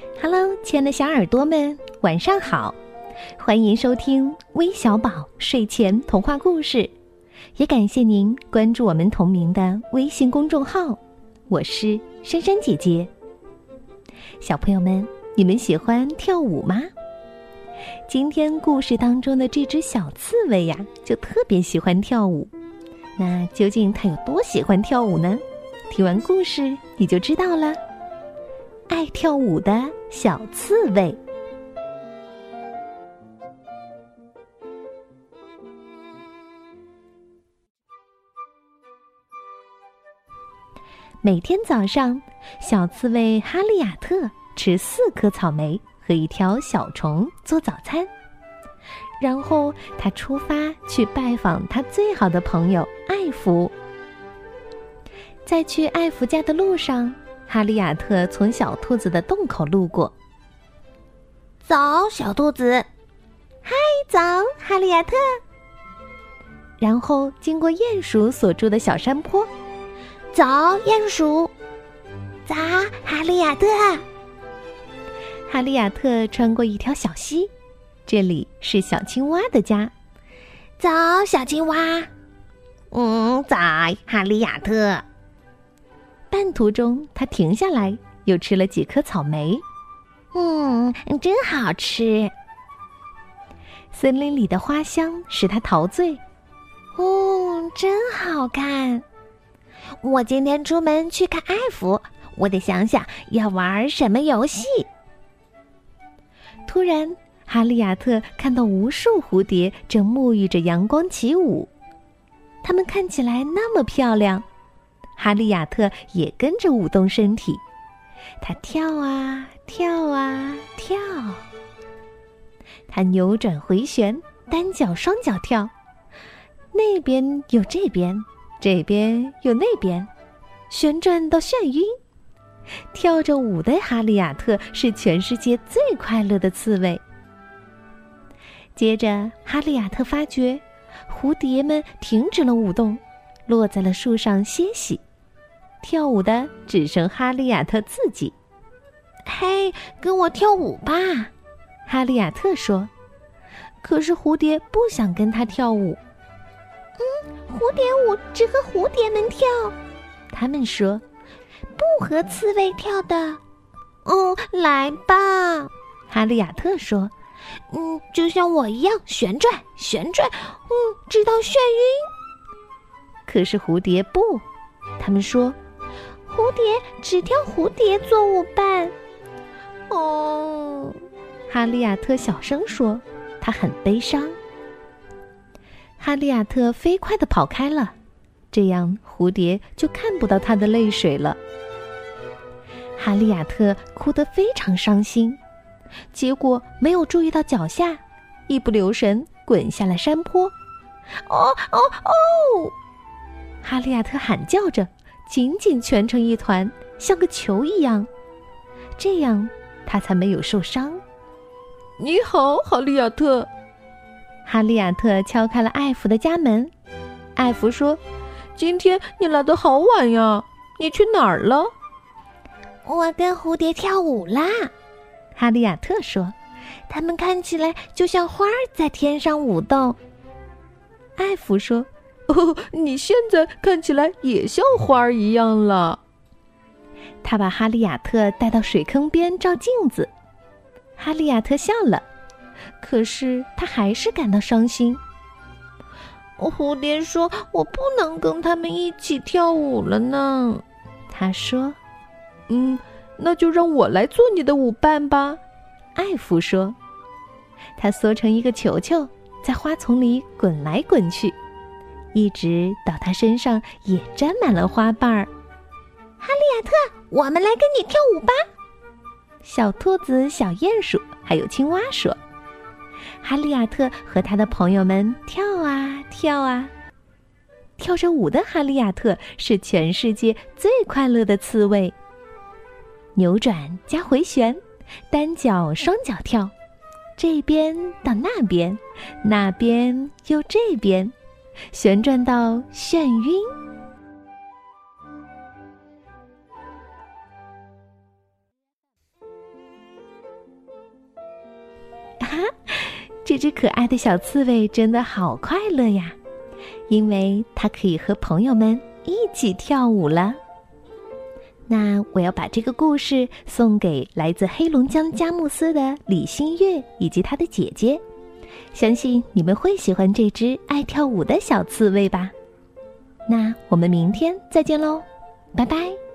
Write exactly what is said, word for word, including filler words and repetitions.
Hello， 亲爱的小耳朵们，晚上好！欢迎收听微小宝睡前童话故事，也感谢您关注我们同名的微信公众号。我是珊珊姐姐。小朋友们，你们喜欢跳舞吗？今天故事当中的这只小刺猬呀，就特别喜欢跳舞。那究竟它有多喜欢跳舞呢？听完故事你就知道了。爱跳舞的小刺猬。每天早上，小刺猬哈利亚特吃四颗草莓和一条小虫做早餐，然后他出发去拜访他最好的朋友艾弗。在去艾弗家的路上，哈利亚特从小兔子的洞口路过。 早，小兔子。 嗨，早，哈利亚特。然后经过鼹鼠所住的小山坡。 早，鼹鼠。早，哈利亚特。 哈利亚特穿过一条小溪，这里是小青蛙的家。 早，小青蛙。嗯，早，哈利亚特。 半途中，他停下来，又吃了几颗草莓。 嗯，真好吃。 森林里的花香使他陶醉。 哦，真好看。我今天出门去看艾弗，我得想想要玩什么游戏。 突然，哈利亚特看到无数蝴蝶正沐浴着阳光起舞，它们看起来那么漂亮。哈利亚特也跟着舞动身体，他跳啊跳啊跳，他扭转回旋，单脚双脚跳，那边有这边，这边有那边，旋转到眩晕。跳着舞的哈利亚特是全世界最快乐的刺猬。接着，哈利亚特发觉蝴蝶们停止了舞动，落在了树上歇息。跳舞的只剩哈利亚特自己。 嘿，跟我跳舞吧， 哈利亚特说。可是蝴蝶不想跟他跳舞。 嗯，蝴蝶舞只和蝴蝶们跳， 他们说， 不和刺猬跳的。嗯，来吧， 哈利亚特说。 嗯，就像我一样旋转旋转，嗯，直到眩晕。 可是蝴蝶不，他们说， 蝴蝶只挑蝴蝶做舞伴。哦， 哈利亚特小声说，他很悲伤。哈利亚特飞快地跑开了，这样蝴蝶就看不到他的泪水了。哈利亚特哭得非常伤心，结果没有注意到脚下，一不留神滚下了山坡。 哦哦哦！ 哈利亚特喊叫着，紧紧蜷成一团，像个球一样，这样他才没有受伤。 你好，哈利亚特。 哈利亚特敲开了艾弗的家门。 艾弗说，今天你来得好晚呀，你去哪儿了？ 我跟蝴蝶跳舞啦， 哈利亚特说， 它们看起来就像花儿在天上舞动。 艾弗说， 哦，你现在看起来也像花儿一样了。 他把哈利亚特带到水坑边照镜子。哈利亚特笑了，可是他还是感到伤心。 蝴蝶说，我不能跟他们一起跳舞了呢。 他说， 嗯，那就让我来做你的舞伴吧。 艾弗说。他缩成一个球球，在花丛里滚来滚去，一直到他身上也沾满了花瓣儿。 哈利亚特，我们来跟你跳舞吧。 小兔子、小鼹鼠还有青蛙说。哈利亚特和他的朋友们跳啊跳啊，跳着舞的哈利亚特是全世界最快乐的刺猬。扭转加回旋，单脚双脚跳，这边到那边，那边又这边，旋转到眩晕。 可爱的小刺猬真的好快乐呀，因为它可以和朋友们一起跳舞了。那我要把这个故事送给来自黑龙江佳木斯的李新月以及她的姐姐，相信你们会喜欢这只爱跳舞的小刺猬吧。那我们明天再见喽，拜拜。